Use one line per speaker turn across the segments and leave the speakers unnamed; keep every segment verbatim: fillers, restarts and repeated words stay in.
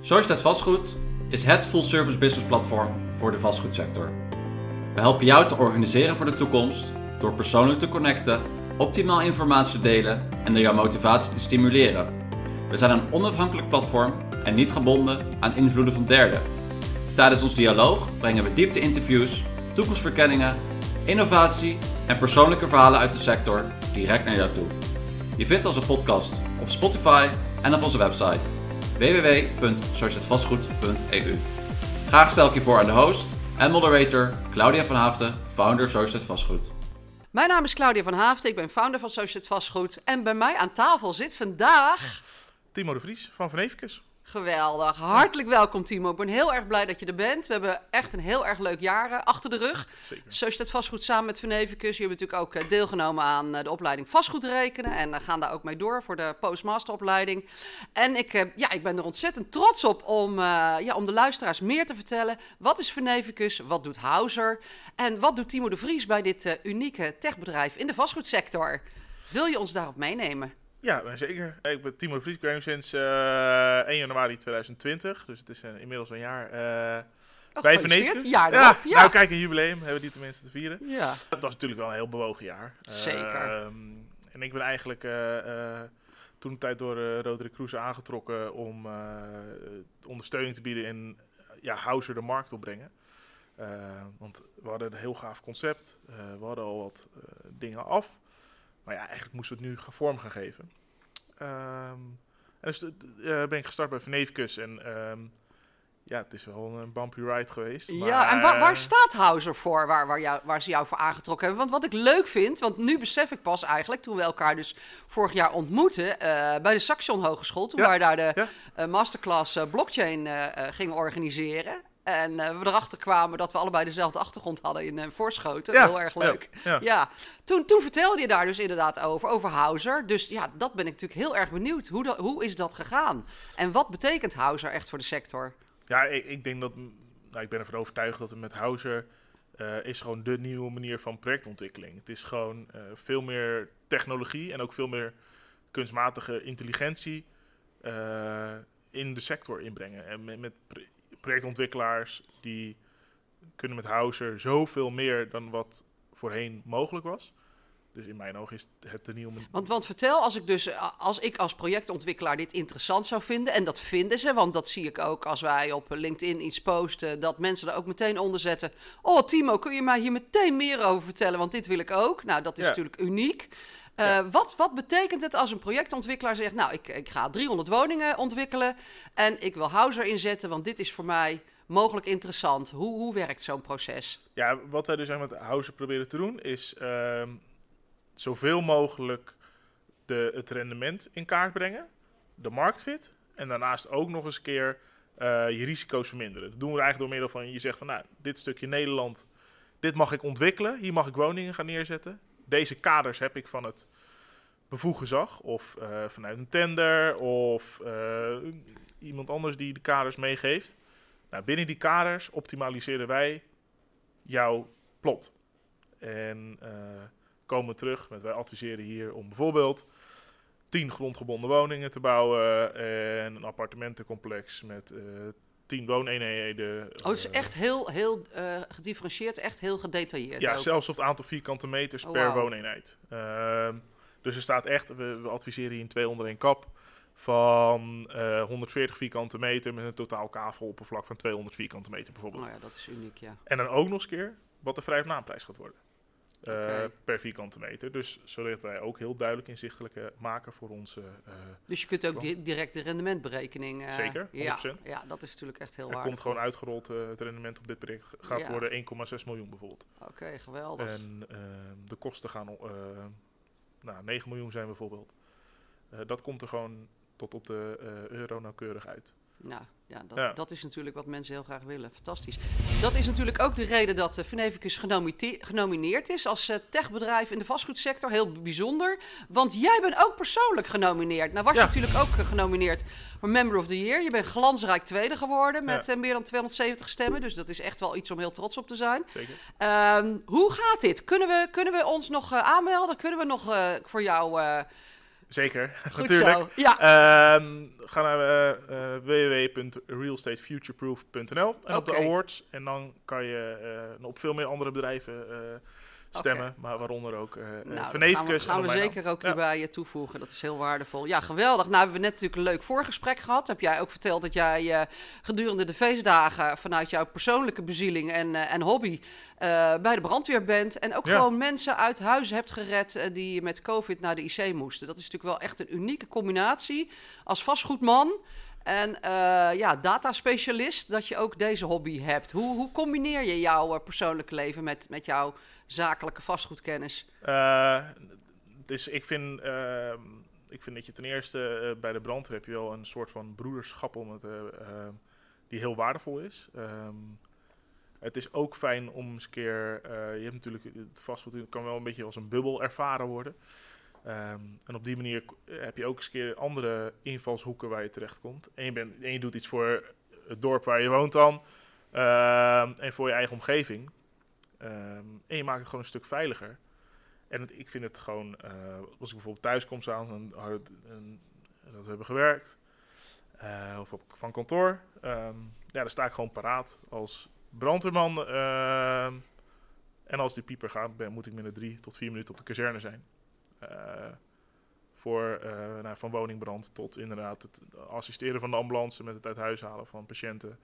Societeit Vastgoed is het full-service business platform voor de vastgoedsector. We helpen jou te organiseren voor de toekomst door persoonlijk te connecten, optimaal informatie te delen en door jouw motivatie te stimuleren. We zijn een onafhankelijk platform en niet gebonden aan invloeden van derden. Tijdens ons dialoog brengen we diepte-interviews, toekomstverkenningen, innovatie en persoonlijke verhalen uit de sector direct naar jou toe. Je vindt onze podcast op Spotify en op onze website w w w punt societeitvastgoed punt e u. Graag stel ik je voor aan de host en moderator Claudia van Haaften, founder Societeit Vastgoed.
Mijn naam is Claudia van Haaften, ik ben founder van Societeit Vastgoed. En bij mij aan tafel zit vandaag...
Timo de Vries van Venevicus.
Geweldig. Hartelijk welkom, Timo. Ik ben heel erg blij dat je er bent. We hebben echt een heel erg leuk jaar achter de rug.
Zeker.
Societeit Vastgoed samen met Venevicus. Je hebt natuurlijk ook deelgenomen aan de opleiding Vastgoed rekenen. En gaan daar ook mee door voor de postmasteropleiding. En ik, ja, ik ben er ontzettend trots op om, uh, ja, om de luisteraars meer te vertellen. Wat is Venevicus? Wat doet Houser? En wat doet Timo de Vries bij dit uh, unieke techbedrijf in de vastgoedsector? Wil je ons daarop meenemen?
Ja, zeker. Ik ben Timo de Vries, ik ben nu sinds uh, één januari tweeduizend twintig, dus het is uh, inmiddels een jaar uh,
oh,
bij Venevicus.
Ja,
ja,
ja,
nou kijk, een jubileum hebben we die tenminste te vieren.
Ja.
Dat was natuurlijk wel een heel bewogen jaar.
Zeker.
Uh, en ik ben eigenlijk uh, uh, toen de tijd door uh, Roderick Cruze aangetrokken om uh, ondersteuning te bieden in uh, ja, Houser de markt opbrengen. Uh, want we hadden een heel gaaf concept, uh, we hadden al wat uh, dingen af. Maar ja, eigenlijk moesten we het nu vorm gaan geven. Um, en dus uh, ben ik gestart bij Venevicus. En um, ja, het is wel een bumpy ride geweest. Maar,
ja, en waar, waar staat Houser voor, waar, waar, jou, waar ze jou voor aangetrokken hebben? Want wat ik leuk vind, want nu besef ik pas eigenlijk, toen we elkaar dus vorig jaar ontmoetten uh, bij de Saxion Hogeschool, toen
ja,
wij daar de
ja.
uh, masterclass uh, blockchain uh, uh, gingen organiseren. En uh, we erachter kwamen dat we allebei dezelfde achtergrond hadden in uh, Voorschoten. Ja, heel erg leuk. Ja, ja. ja. Toen, toen vertelde je daar dus inderdaad over, over Houser. Dus ja, dat ben ik natuurlijk heel erg benieuwd. Hoe, dat, hoe is dat gegaan? En wat betekent Houser echt voor de sector?
Ja, ik, ik denk dat, nou, ik ben ervan overtuigd dat het met Houser uh, is gewoon de nieuwe manier van projectontwikkeling. Het is gewoon uh, veel meer technologie en ook veel meer kunstmatige intelligentie uh, in de sector inbrengen. En met, met pre- projectontwikkelaars die kunnen met Houser zoveel meer dan wat voorheen mogelijk was. Dus in mijn ogen is het de nieuwe...
Want, want vertel, als ik dus als ik als projectontwikkelaar dit interessant zou vinden, en dat vinden ze, want dat zie ik ook als wij op LinkedIn iets posten, dat mensen er ook meteen onder zetten. Oh Timo, kun je mij hier meteen meer over vertellen, want dit wil ik ook. Nou, dat is ja. natuurlijk uniek. Uh, ja. wat, wat betekent het als een projectontwikkelaar zegt, nou, ik, ik ga driehonderd woningen ontwikkelen en ik wil Houser inzetten, want dit is voor mij mogelijk interessant. Hoe, hoe werkt zo'n proces?
Ja, wat wij dus met Houser proberen te doen is uh, zoveel mogelijk de, het rendement in kaart brengen, de marktfit en daarnaast ook nog eens een keer uh, je risico's verminderen. Dat doen we eigenlijk door middel van, je zegt van, nou, dit stukje Nederland, dit mag ik ontwikkelen, hier mag ik woningen gaan neerzetten. Deze kaders heb ik van het bevoegd gezag of uh, vanuit een tender of uh, iemand anders die de kaders meegeeft. Nou, binnen die kaders optimaliseren wij jouw plot. En uh, komen we terug met wij adviseren hier om bijvoorbeeld tien grondgebonden woningen te bouwen en een appartementencomplex met uh, tien wooneenheden.
Oh, het is echt heel, heel uh, gedifferentieerd, echt heel gedetailleerd.
Ja,
ook.
Zelfs op het aantal vierkante meters
oh,
per
wow.
wooneenheid. Uh, dus er staat echt, we, we adviseren hier een twee onder één kap van uh, honderdveertig vierkante meter met een totaal kaveloppervlak van tweehonderd vierkante meter bijvoorbeeld.
Oh ja, dat is uniek, ja.
En dan ook nog eens keer wat de vrij op naamprijs gaat worden. Uh,
okay.
Per vierkante meter. Dus zodat wij ook heel duidelijk inzichtelijk uh, maken voor onze... Uh,
dus je kunt ook di- direct de rendementberekening... Uh,
Zeker, honderd procent.
Ja, ja, dat is natuurlijk echt heel
waardevol. Er
waardevol.
komt gewoon uitgerold, uh, het rendement op dit project gaat ja. worden één komma zes miljoen bijvoorbeeld.
Oké, okay, geweldig.
En uh, de kosten gaan... Uh, nou, negen miljoen zijn bijvoorbeeld. Uh, dat komt er gewoon tot op de uh, euro nauwkeurig uit.
Nou, ja dat,
ja.
dat is natuurlijk wat mensen heel graag willen. Fantastisch. Dat is natuurlijk ook de reden dat uh, Venevicus genomite- genomineerd is als uh, techbedrijf in de vastgoedsector. Heel bijzonder. Want jij bent ook persoonlijk genomineerd. Nou was ja. je natuurlijk ook uh, genomineerd voor Member of the Year. Je bent glansrijk tweede geworden met ja. uh, meer dan tweehonderdzeventig stemmen. Dus dat is echt wel iets om heel trots op te zijn.
Zeker.
Um, hoe gaat dit? Kunnen we, kunnen we ons nog uh, aanmelden? Kunnen we nog uh, voor jou... Uh,
Zeker,
Goed
natuurlijk.
zo. Ja.
Uh, ga naar uh, uh, w w w punt real estate future proof punt n l en op de
Oké.
awards. En dan kan je uh, op veel meer andere bedrijven uh, stemmen,
Oké.
maar waaronder ook uh,
Nou,
Venevicus.
dat gaan we, gaan we zeker ook
ja.
hierbij uh, toevoegen. Dat is heel waardevol. Ja, geweldig. Nou, hebben we net natuurlijk een leuk voorgesprek gehad. Heb jij ook verteld dat jij uh, gedurende de feestdagen vanuit jouw persoonlijke bezieling en, uh, en hobby uh, bij de brandweer bent. En ook
Ja.
gewoon mensen uit huis hebt gered uh, die met COVID naar de I C moesten. Dat is natuurlijk wel echt een unieke combinatie als vastgoedman en uh, ja, dataspecialist, dat je ook deze hobby hebt. Hoe, hoe combineer je jouw uh, persoonlijke leven met, met jouw zakelijke vastgoedkennis?
Uh, dus ik vind, uh, ik vind dat je ten eerste uh, bij de brandweer heb je wel een soort van broederschap om het, uh, uh, die heel waardevol is. Um, het is ook fijn om eens een keer, uh, je hebt natuurlijk het vastgoed, het kan wel een beetje als een bubbel ervaren worden. Um, en op die manier heb je ook eens een keer andere invalshoeken waar je terecht komt. En je, bent, en je doet iets voor het dorp waar je woont dan. Uh, en voor je eigen omgeving. Um, en je maakt het gewoon een stuk veiliger. En het, ik vind het gewoon, uh, als ik bijvoorbeeld thuis kom s'avonds en, en, en dat we hebben gewerkt. Uh, of op, van kantoor. Um, ja, dan sta ik gewoon paraat als brandweerman. Uh, en als die pieper gaat, ben, moet ik binnen drie tot vier minuten op de kazerne zijn. Uh, voor uh, nou, van woningbrand tot inderdaad het assisteren van de ambulance met het uit huis halen van patiënten.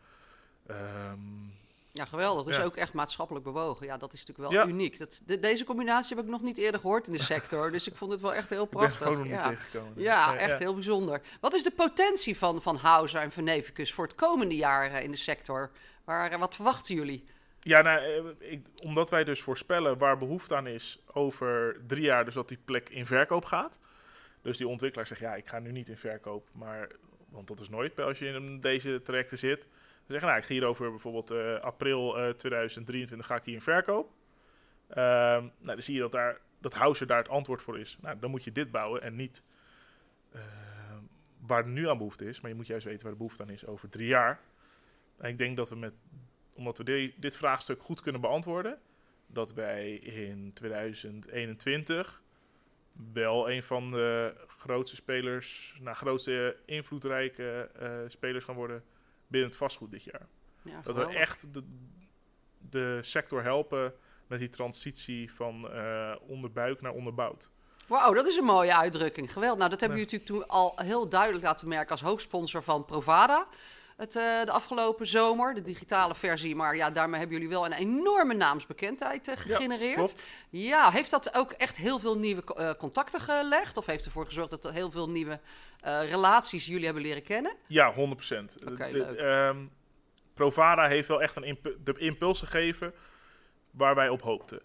Um,
Ja, geweldig. Dus
ja.
ook echt maatschappelijk bewogen. Ja, dat is natuurlijk wel
Ja.
uniek. Dat, de, deze combinatie heb ik nog niet eerder gehoord in de sector. Dus ik vond het wel echt heel
ik ben
prachtig.
het gewoon nog
ja.
niet tegengekomen.
Ja,
Nee,
echt
ja.
heel bijzonder. Wat is de potentie van, van Houser en Venevicus voor het komende jaar uh, in de sector? Waar, uh, wat verwachten jullie?
Ja, nou, eh, ik, omdat wij dus voorspellen waar behoefte aan is over drie jaar, dus dat die plek in verkoop gaat. Dus die ontwikkelaar zegt, ja, ik ga nu niet in verkoop, maar, want dat is nooit als je in deze trajecten zit. Dan zeggen, nou, ik ga hier over bijvoorbeeld uh, april uh, tweeduizend drieëntwintig ga ik hier in verkoop. Uh, nou, dan zie je dat, daar, dat Houser daar het antwoord voor is. Nou, dan moet je dit bouwen en niet uh, waar er nu aan behoefte is, maar je moet juist weten waar de behoefte aan is over drie jaar. En ik denk dat we met omdat we de, dit vraagstuk goed kunnen beantwoorden, dat wij in tweeduizend eenentwintig wel een van de grootste spelers, nou, grootste invloedrijke uh, spelers gaan worden binnen het vastgoed dit jaar.
Ja,
dat we echt de, de sector helpen met die transitie van uh, onderbuik naar onderbouwd.
Wauw, dat is een mooie uitdrukking. Geweldig. Nou, dat hebben
Ja.
jullie natuurlijk toen al heel duidelijk laten merken als hoofdsponsor van Provada. Het, uh, de afgelopen zomer, de digitale versie. Maar ja, daarmee hebben jullie wel een enorme naamsbekendheid uh, gegenereerd. Ja,
klopt.
Ja, heeft dat ook echt heel veel nieuwe uh, contacten gelegd? Of heeft ervoor gezorgd dat er heel veel nieuwe uh, relaties jullie hebben leren kennen?
Ja, honderd procent.
Oké, okay,
leuk. Um, Provada heeft wel echt een impu- de impuls gegeven waar wij op hoopten.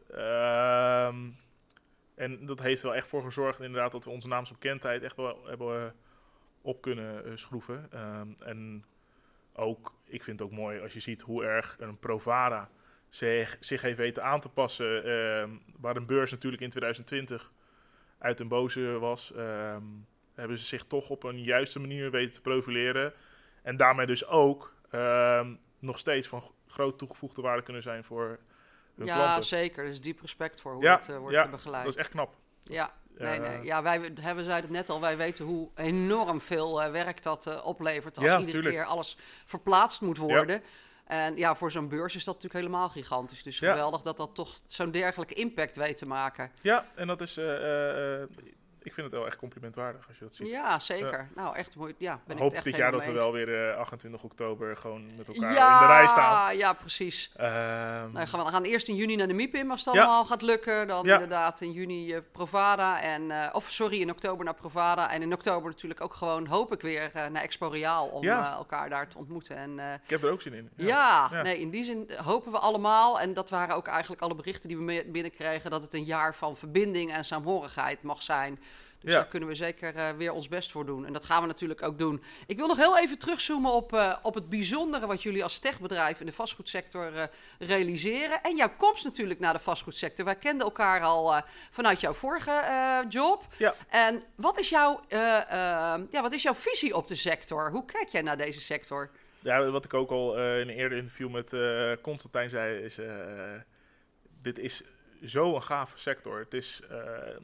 Um, en dat heeft wel echt voor gezorgd inderdaad dat we onze naamsbekendheid echt wel hebben uh, op kunnen uh, schroeven. Um, en ook, ik vind het ook mooi als je ziet hoe erg een Provada zich, zich heeft weten aan te passen. Uh, waar een beurs natuurlijk in tweeduizend twintig uit den boze was. Uh, hebben ze zich toch op een juiste manier weten te profileren. En daarmee dus ook uh, nog steeds van groot toegevoegde waarde kunnen zijn voor hun
ja,
klanten.
Ja, zeker. Er is diep respect voor hoe
ja,
het uh, wordt
ja,
begeleid.
Dat is echt knap.
Ja. Nee, nee.
Uh,
ja, wij hebben zeiden het net al, wij weten hoe enorm veel uh, werk dat uh, oplevert als
ja,
iedere
tuurlijk.
keer alles verplaatst moet worden.
Ja.
En ja, voor zo'n beurs is dat natuurlijk helemaal gigantisch. Dus
Ja.
geweldig dat dat toch zo'n dergelijke impact weet te maken.
Ja, en dat is, uh, uh, ik vind het wel echt complimentwaardig als je dat ziet.
Ja, zeker. Ja. Nou, echt mooi. Ja, ben
ik hoop
ik het echt
dit jaar dat
mee
we wel weer uh, achtentwintig oktober gewoon met elkaar
ja,
in de rij staan.
Ja, precies.
Um,
nou, gaan we dan gaan eerst in juni naar de MIPIM als het
ja.
allemaal gaat lukken. Dan
ja.
inderdaad in juni uh, Provada. En, uh, of sorry, in oktober naar Provada. En in oktober natuurlijk ook gewoon, hoop ik weer, uh, naar Expo Real om
ja.
uh, elkaar daar te ontmoeten. En, uh,
ik heb er ook zin in.
Ja, ja, ja, nee, in die zin hopen we allemaal. En dat waren ook eigenlijk alle berichten die we binnenkregen. Dat het een jaar van verbinding en saamhorigheid mag zijn. Dus ja. daar kunnen we zeker uh, weer ons best voor doen. En dat gaan we natuurlijk ook doen. Ik wil nog heel even terugzoomen op, uh, op het bijzondere wat jullie als techbedrijf in de vastgoedsector uh, realiseren. En jouw komst natuurlijk naar de vastgoedsector. Wij kenden elkaar al uh, vanuit jouw vorige uh, job.
Ja.
En wat is, jouw, uh, uh, ja, wat is jouw visie op de sector? Hoe kijk jij naar deze sector?
Ja, wat ik ook al uh, in een eerder interview met uh, Constantijn zei, is uh, dit is zo'n gave sector. Het is... Uh,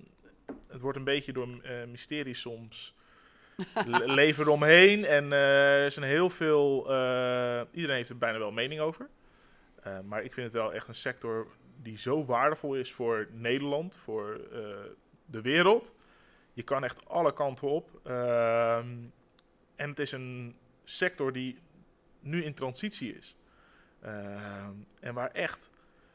het wordt een beetje door uh, mysterie soms le- leven eromheen. En uh, er zijn heel veel... Uh, iedereen heeft er bijna wel een mening over. Uh, maar ik vind het wel echt een sector die zo waardevol is voor Nederland, voor uh, de wereld. Je kan echt alle kanten op. Uh, en het is een sector die nu in transitie is. Uh, en waar echt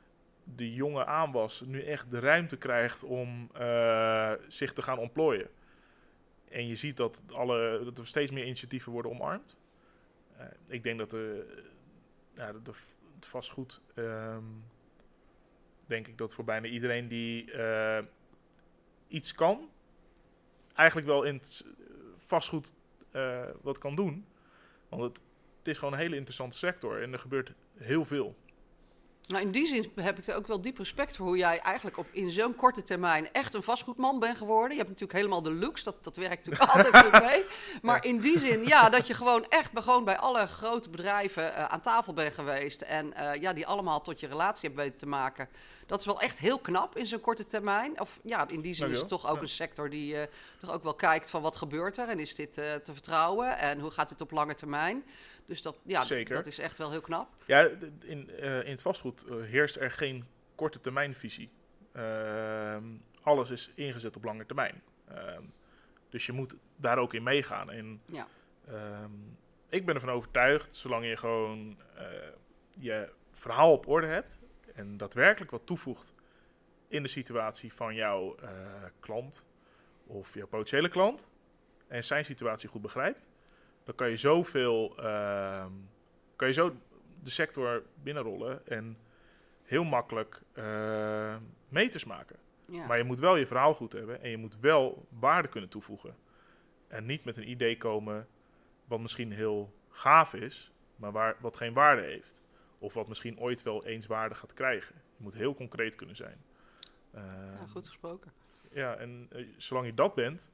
de jonge aanwas nu echt de ruimte krijgt om uh, zich te gaan ontplooien. En je ziet dat, alle, dat er steeds meer initiatieven worden omarmd. Uh, ik denk dat de, ja, de, de, het vastgoed... Um, denk ik dat voor bijna iedereen die uh, iets kan... eigenlijk wel in het vastgoed uh, wat kan doen. Want het, het is gewoon een hele interessante sector. En er gebeurt heel veel.
Nou, in die zin heb ik er ook wel diep respect voor hoe jij eigenlijk op, in zo'n korte termijn echt een vastgoedman bent geworden. Je hebt natuurlijk helemaal de looks, dat, dat werkt natuurlijk altijd goed mee. Maar in die zin, ja, dat je gewoon echt gewoon bij alle grote bedrijven uh, aan tafel bent geweest. En uh, ja, die allemaal tot je relatie hebt weten te maken. Dat is wel echt heel knap in zo'n korte termijn. Of ja, in die zin
Dankjewel.
is het toch ook
ja.
een sector die uh, toch ook wel kijkt van wat gebeurt er. En is dit uh, te vertrouwen? En hoe gaat dit op lange termijn? Dus dat, ja,
Zeker.
dat is echt wel heel knap.
Ja, in, uh, in het vastgoed uh, heerst er geen korte termijnvisie. Uh, alles is ingezet op lange termijn. Uh, dus je moet daar ook in meegaan. En,
Ja.
uh, ik ben ervan overtuigd, zolang je gewoon uh, je verhaal op orde hebt en daadwerkelijk wat toevoegt in de situatie van jouw uh, klant of jouw potentiële klant en zijn situatie goed begrijpt, dan kan je zoveel, uh, kan je zo de sector binnenrollen en heel makkelijk uh, meters maken.
Ja.
Maar je moet wel je verhaal goed hebben en je moet wel waarde kunnen toevoegen. En niet met een idee komen wat misschien heel gaaf is, maar waar, wat geen waarde heeft. Of wat misschien ooit wel eens waarde gaat krijgen. Je moet heel concreet kunnen zijn. Uh,
Ja, goed gesproken.
Ja, en uh, zolang je dat bent,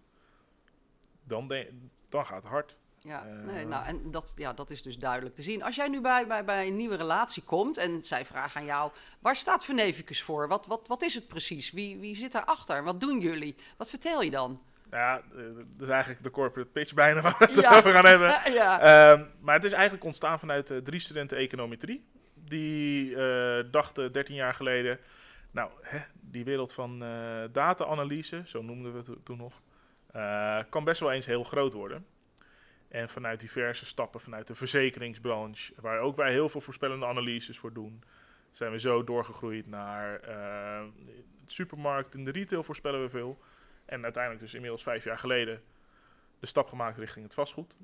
dan, de, dan gaat het hard.
Ja,
Uh,
nee, nou, en dat, ja, dat is dus duidelijk te zien. Als jij nu bij, bij, bij een nieuwe relatie komt en zij vragen aan jou, waar staat Veneficus voor? Wat, wat, wat is het precies? Wie, wie zit daarachter? Wat doen jullie? Wat vertel je dan?
Nou ja, dat is eigenlijk de corporate pitch bijna waar we het
Ja.
over gaan hebben.
Ja.
Um, maar het is eigenlijk ontstaan vanuit uh, drie studenten econometrie. Die uh, dachten dertien jaar geleden, nou, hè, die wereld van uh, data-analyse, zo noemden we het toen nog, uh, kan best wel eens heel groot worden. En vanuit diverse stappen, vanuit de verzekeringsbranche, waar ook wij heel veel voorspellende analyses voor doen, zijn we zo doorgegroeid naar uh, de supermarkt en de retail voorspellen we veel. En uiteindelijk dus inmiddels vijf jaar geleden de stap gemaakt richting het vastgoed.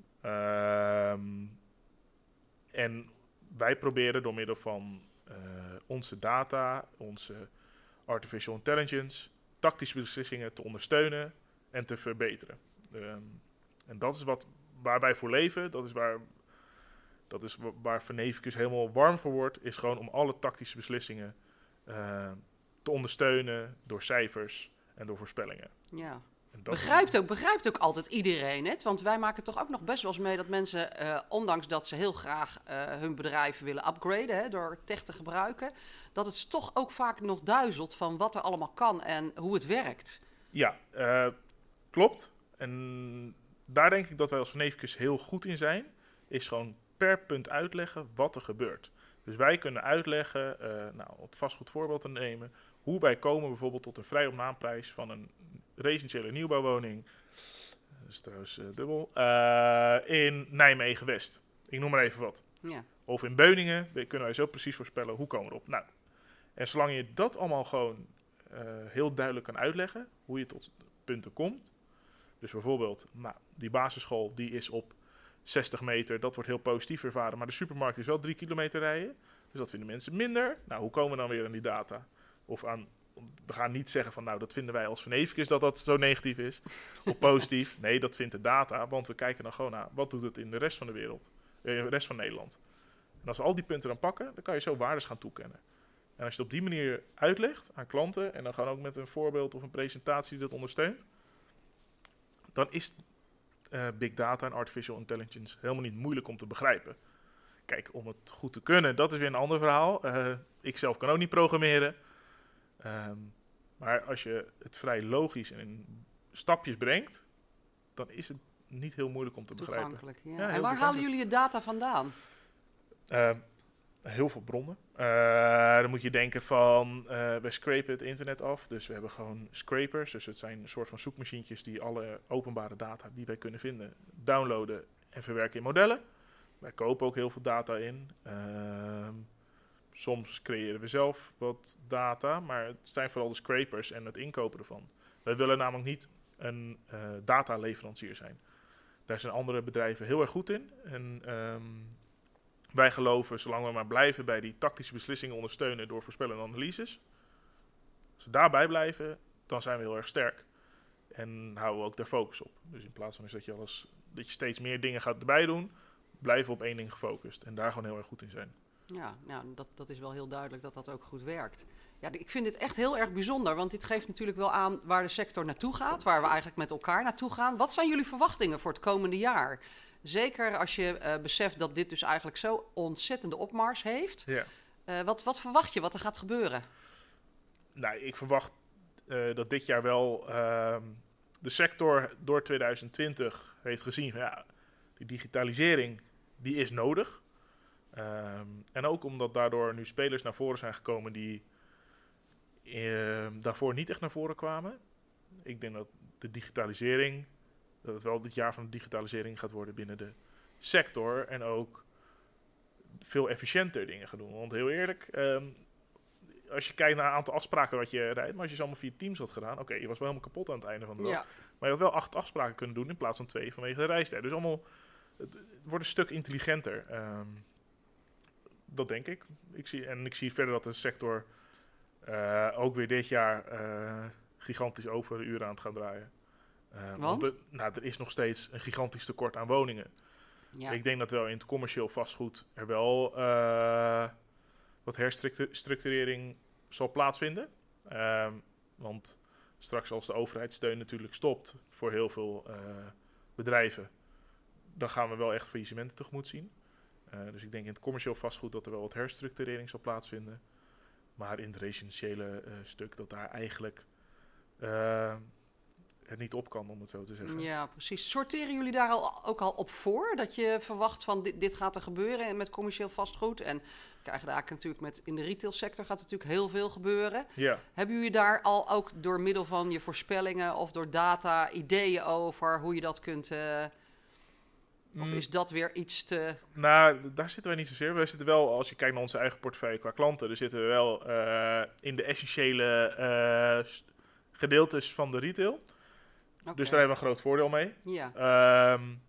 Um, en wij proberen door middel van uh, onze data, onze artificial intelligence, tactische beslissingen te ondersteunen en te verbeteren. Um, en dat is wat, waar wij voor leven. Dat is waar, dat is waar Veneficus helemaal warm voor wordt. Is gewoon om alle tactische beslissingen uh, te ondersteunen door cijfers en door voorspellingen.
Ja.
En dat
Begrijpt ook, begrijpt ook altijd iedereen het? Want wij maken toch ook nog best wel eens mee dat mensen, uh, ondanks dat ze heel graag uh, hun bedrijf willen upgraden hè, door tech te gebruiken, dat het toch ook vaak nog duizelt van wat er allemaal kan en hoe het werkt.
Ja, uh, klopt. En daar denk ik dat wij als Veneficus heel goed in zijn, is gewoon per punt uitleggen wat er gebeurt. Dus wij kunnen uitleggen, uh, nou, het vastgoed voorbeeld te nemen, hoe wij komen bijvoorbeeld tot een vrij op naamprijs van een residentiële nieuwbouwwoning, dat is trouwens uh, dubbel, uh, in Nijmegen-West. Ik noem maar even wat.
Ja.
Of in Beuningen, kunnen wij zo precies voorspellen hoe komen we erop. Nou, en zolang je dat allemaal gewoon uh, heel duidelijk kan uitleggen, hoe je tot punten komt. Dus bijvoorbeeld, nou, die basisschool die is op zestig meter, dat wordt heel positief ervaren, maar de supermarkt is wel drie kilometer rijden. Dus dat vinden mensen minder. Nou, hoe komen we dan weer aan die data? Of aan, we gaan niet zeggen van, nou, dat vinden wij als Veneficus dat dat zo negatief is. Of positief. Nee, dat vindt de data, want we kijken dan gewoon naar, wat doet het in de rest van de wereld? In de rest van Nederland. En als we al die punten dan pakken, dan kan je zo waardes gaan toekennen. En als je het op die manier uitlegt aan klanten, en dan gewoon ook met een voorbeeld of een presentatie die dat ondersteunt, dan is uh, big data en artificial intelligence helemaal niet moeilijk om te begrijpen. Kijk, om het goed te kunnen, dat is weer een ander verhaal. Uh, ik zelf kan ook niet programmeren. Um, Maar als je het vrij logisch en in stapjes brengt, dan is het niet heel moeilijk om te begrijpen.
Toegankelijk, ja.
Ja, heel
en waar halen jullie je data vandaan?
Uh, heel veel bronnen. Uh, dan moet je denken van, uh, wij scrapen het internet af. Dus we hebben gewoon scrapers. Dus het zijn een soort van zoekmachientjes die alle openbare data die wij kunnen vinden, downloaden en verwerken in modellen. Wij kopen ook heel veel data in. Uh, soms creëren we zelf wat data, maar het zijn vooral de scrapers en het inkopen ervan. Wij willen namelijk niet een uh, dataleverancier zijn. Daar zijn andere bedrijven heel erg goed in. En um, wij geloven, zolang we maar blijven bij die tactische beslissingen ondersteunen door voorspellende analyses. Als we daarbij blijven, dan zijn we heel erg sterk. En houden we ook daar focus op. Dus in plaats van dat je, alles, dat je steeds meer dingen gaat erbij doen, blijven we op één ding gefocust. En daar gewoon heel erg goed in zijn.
Ja, nou, dat, dat is wel heel duidelijk dat dat ook goed werkt. Ja, ik vind dit echt heel erg bijzonder, want dit geeft natuurlijk wel aan waar de sector naartoe gaat, waar we eigenlijk met elkaar naartoe gaan. Wat zijn jullie verwachtingen voor het komende jaar? Zeker als je uh, beseft dat dit dus eigenlijk zo ontzettende opmars heeft.
Ja.
Uh, wat, wat verwacht je wat er gaat gebeuren?
Nou, ik verwacht uh, dat dit jaar wel uh, de sector door twintig twintig heeft gezien. Ja, die digitalisering die is nodig. Um, en ook omdat daardoor nu spelers naar voren zijn gekomen die uh, daarvoor niet echt naar voren kwamen. Ik denk dat de digitalisering, dat het wel dit jaar van de digitalisering gaat worden binnen de sector. En ook veel efficiënter dingen gaan doen. Want heel eerlijk, um, als je kijkt naar een aantal afspraken wat je rijdt, maar als je ze allemaal via Teams had gedaan, oké, okay, je was wel helemaal kapot aan het einde van de dag. Ja. Maar je had wel acht afspraken kunnen doen in plaats van twee vanwege de reistijd. Dus allemaal, het wordt een stuk intelligenter. Um, Dat denk ik. ik zie, en ik zie verder dat de sector uh, ook weer dit jaar uh, gigantisch over de uren aan het gaan draaien. Uh, want? want de, nou, er is nog steeds een gigantisch tekort aan woningen. Ja. Ik denk dat wel in het commercieel vastgoed er wel uh, wat herstructurering zal plaatsvinden. Uh, want straks als de overheidssteun natuurlijk stopt voor heel veel uh, bedrijven, dan gaan we wel echt faillissementen tegemoet zien. Uh, dus ik denk in het commercieel vastgoed dat er wel wat herstructurering zal plaatsvinden. Maar in het residentiële uh, stuk dat daar eigenlijk uh, het niet op kan, om het zo te zeggen.
Ja, precies. Sorteren jullie daar al, ook al op voor? Dat je verwacht van dit, dit gaat er gebeuren met commercieel vastgoed? En we krijgen daar natuurlijk met in de retailsector gaat natuurlijk heel veel gebeuren.
Ja.
Hebben jullie daar al ook door middel van je voorspellingen of door data ideeën over hoe je dat kunt... Uh, Of is dat weer iets te...
Nou, daar zitten wij niet zozeer. We zitten wel, als je kijkt naar onze eigen portefeuille qua klanten, dan zitten we wel uh, in de essentiële uh, gedeeltes van de retail. Okay. Dus daar hebben we een groot voordeel mee.
Ja.
Um,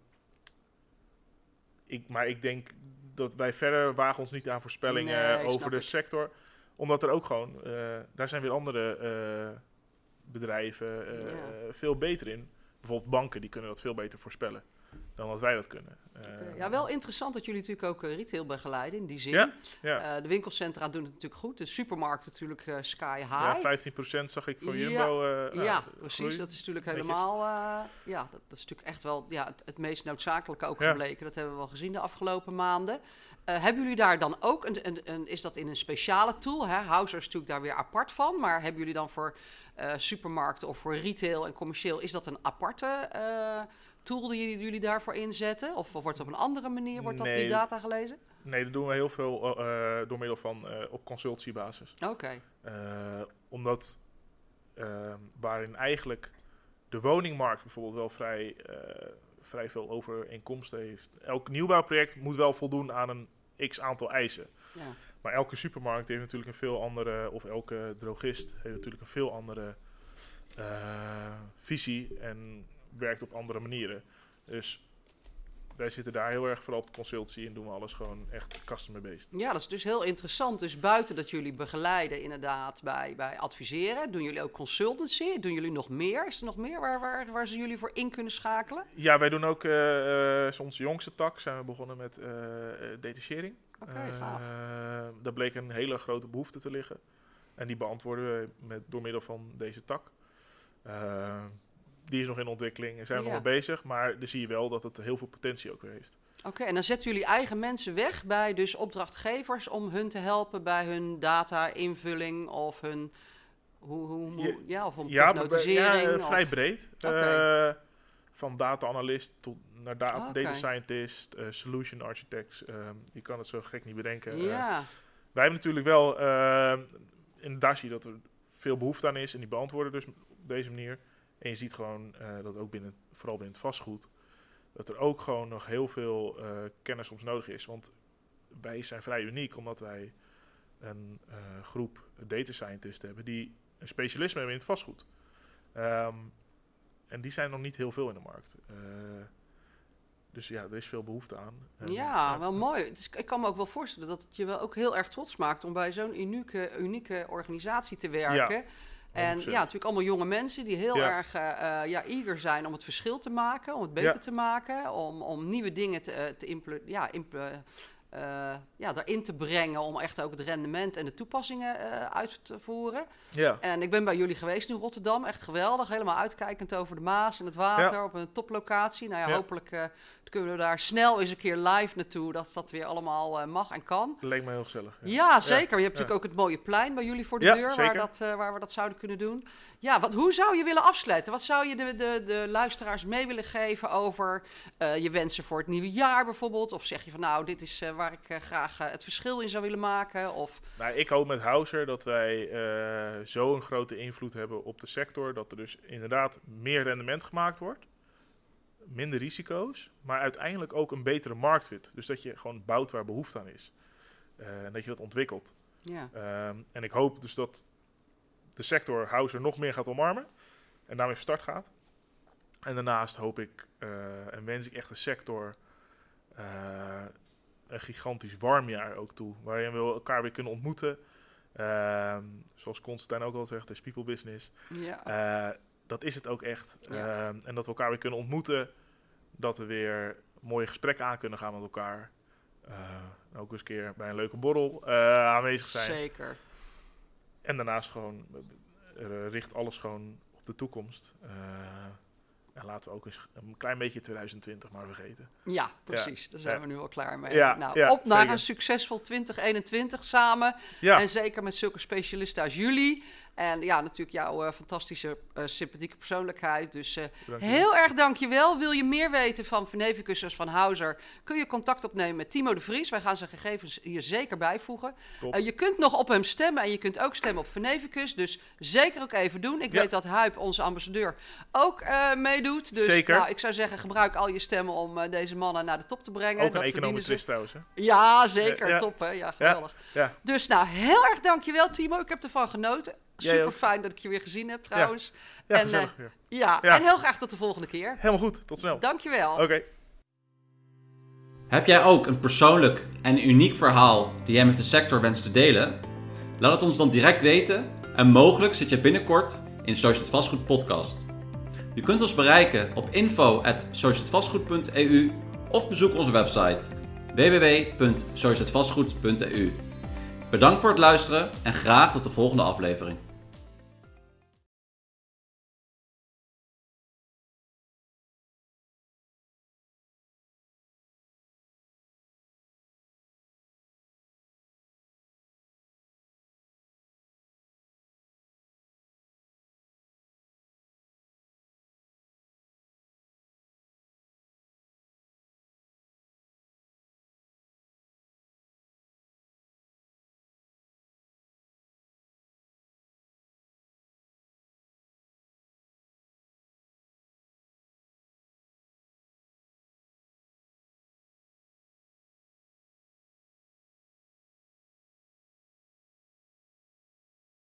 ik, maar ik denk dat wij verder wagen ons niet aan voorspellingen nee, over de ik. sector. Omdat er ook gewoon, uh, daar zijn weer andere uh, bedrijven uh, ja. veel beter in. Bijvoorbeeld banken, die kunnen dat veel beter voorspellen dan wat wij dat kunnen.
Okay. Uh, ja, wel interessant dat jullie natuurlijk ook uh, retail begeleiden in die zin.
Ja, ja.
Uh, de winkelcentra doen het natuurlijk goed. De supermarkt natuurlijk uh, sky high.
Ja, vijftien procent zag ik voor Jumbo.
Ja,
uh,
ja uh, precies. Groei. Dat is natuurlijk helemaal... Uh, ja, dat, dat is natuurlijk echt wel ja, het, het meest noodzakelijke ook ja. gebleken. Dat hebben we wel gezien de afgelopen maanden. Uh, hebben jullie daar dan ook... Een, een, een, is dat in een speciale tool? Hè? Houser is natuurlijk daar weer apart van. Maar hebben jullie dan voor uh, supermarkten of voor retail en commercieel... Is dat een aparte... Uh, tool die jullie daarvoor inzetten? Of, of wordt het op een andere manier wordt dat nee, die data gelezen?
Nee, dat doen we heel veel uh, door middel van uh, op consultiebasis.
Oké. Okay.
Uh, omdat uh, waarin eigenlijk de woningmarkt bijvoorbeeld wel vrij, uh, vrij veel overeenkomsten heeft. Elk nieuwbouwproject moet wel voldoen aan een x aantal eisen.
Ja.
Maar elke supermarkt heeft natuurlijk een veel andere, of elke drogist heeft natuurlijk een veel andere uh, visie en werkt op andere manieren. Dus wij zitten daar heel erg vooral op de consultie en doen we alles gewoon echt customer-based.
Ja, dat is dus heel interessant. Dus buiten dat jullie begeleiden inderdaad bij, bij adviseren, doen jullie ook consultancy? Doen jullie nog meer? Is er nog meer waar, waar, waar ze jullie voor in kunnen schakelen?
Ja, wij doen ook, uh, uh, onze jongste tak zijn we begonnen met uh, detachering.
Oké, okay, uh, gaaf.
Daar bleek een hele grote behoefte te liggen. En die beantwoorden we met, door middel van deze tak. Uh, Die is nog in ontwikkeling en zijn we ja. nog mee bezig. Maar dan zie je wel dat het heel veel potentie ook weer heeft.
Oké, okay, en dan zetten jullie eigen mensen weg bij dus opdrachtgevers om hun te helpen bij hun data-invulling of hun Hoe, hoe, hoe, ja, of om
ja,
hypnotisering?
Ja, uh,
of...
vrij breed.
Okay.
Uh, van data analyst tot naar da-
oh, okay.
data scientist, uh, solution architects. Uh, je kan het zo gek niet bedenken.
Ja.
Uh, wij hebben natuurlijk wel, uh, in daar zie je dat er veel behoefte aan is en die beantwoorden dus op deze manier. En je ziet gewoon uh, dat ook binnen, vooral binnen het vastgoed, dat er ook gewoon nog heel veel uh, kennis soms nodig is. Want wij zijn vrij uniek omdat wij een uh, groep data scientists hebben die een specialisme hebben in het vastgoed. Um, en die zijn nog niet heel veel in de markt. Uh, dus ja, er is veel behoefte aan. En,
ja,
uh,
wel
uh,
mooi. Dus ik kan me ook wel voorstellen dat het je wel ook heel erg trots maakt om bij zo'n unieke, unieke organisatie te werken. Ja. En ja, natuurlijk allemaal jonge mensen die heel ja. erg uh, ja, eager zijn om het verschil te maken, om het beter ja. te maken, om, om nieuwe dingen te, te impl- ja, impl- uh, ja, daarin te brengen, om echt ook het rendement en de toepassingen uh, uit te voeren.
Ja.
En ik ben bij jullie geweest in Rotterdam, echt geweldig, helemaal uitkijkend over de Maas en het water, ja. op een toplocatie. Nou ja, ja. hopelijk uh, kunnen we daar snel eens een keer live naartoe, dat dat weer allemaal uh, mag en kan.
Dat leek me heel gezellig.
Ja, ja zeker. Je hebt ja. natuurlijk ook het mooie plein bij jullie voor de
ja,
deur, waar, dat, uh, waar we dat zouden kunnen doen. Ja, wat, hoe zou je willen afsluiten? Wat zou je de, de, de luisteraars mee willen geven over uh, je wensen voor het nieuwe jaar bijvoorbeeld? Of zeg je van nou, dit is uh, waar ik uh, graag uh, het verschil in zou willen maken? Of...
Nou, ik hoop met Houser dat wij uh, zo'n grote invloed hebben op de sector, dat er dus inderdaad meer rendement gemaakt wordt. Minder risico's, maar uiteindelijk ook een betere marktfit. Dus dat je gewoon bouwt waar behoefte aan is. Uh, en dat je dat ontwikkelt.
Ja.
Um, en ik hoop dus dat de sector Houser nog meer gaat omarmen. En daarmee van start gaat. En daarnaast hoop ik uh, en wens ik echt de sector uh, een gigantisch warm jaar ook toe. Waarin we elkaar weer kunnen ontmoeten. Uh, zoals Constantijn ook al zegt, het is people business.
Ja.
Uh, dat is het ook echt.
Ja.
Uh, en dat we elkaar weer kunnen ontmoeten. Dat we weer mooie gesprekken aan kunnen gaan met elkaar. Uh, ook eens een keer bij een leuke borrel uh, aanwezig zijn.
Zeker.
En daarnaast gewoon uh, richt alles gewoon op de toekomst. Uh, en laten we ook eens een klein beetje twintig twintig maar vergeten.
Ja, precies. Ja. Daar zijn
ja.
we nu al klaar mee.
Ja.
Nou,
Ja,
op naar
zeker.
een succesvol twintig eenentwintig samen.
Ja.
En zeker met zulke specialisten als jullie. En ja, natuurlijk jouw uh, fantastische, uh, sympathieke persoonlijkheid. Dus uh, heel erg dankjewel. Wil je meer weten van Venevicus als van Houser, kun je contact opnemen met Timo de Vries. Wij gaan zijn gegevens hier zeker bijvoegen. Uh, je kunt nog op hem stemmen en je kunt ook stemmen op Venevicus. Dus zeker ook even doen. Ik ja. weet dat Huip, onze ambassadeur, ook uh, meedoet. Dus
zeker.
Nou, ik zou zeggen, gebruik al je stemmen om uh, deze mannen naar de top te brengen.
Ook een econometrist trouwens, hè?
Ja, zeker.
Ja.
Top, hè? Ja, geweldig.
Ja. Ja.
Dus nou, heel erg dankjewel, Timo. Ik heb ervan genoten. Super fijn dat ik je weer gezien heb, trouwens.
Ja, ja
en,
gezellig.
Uh,
ja.
Ja,
ja,
en heel graag tot de volgende keer.
Helemaal goed, tot snel.
Dankjewel.
Oké. Okay.
Heb jij ook een persoonlijk en uniek verhaal die jij met de sector wenst te delen? Laat het ons dan direct weten en mogelijk zit je binnenkort in Sociëteit Vastgoed podcast. Je kunt ons bereiken op info at sociëteitvastgoed punt e u of bezoek onze website w w w punt sociëteitvastgoed punt e u. Bedankt voor het luisteren en graag tot de volgende aflevering.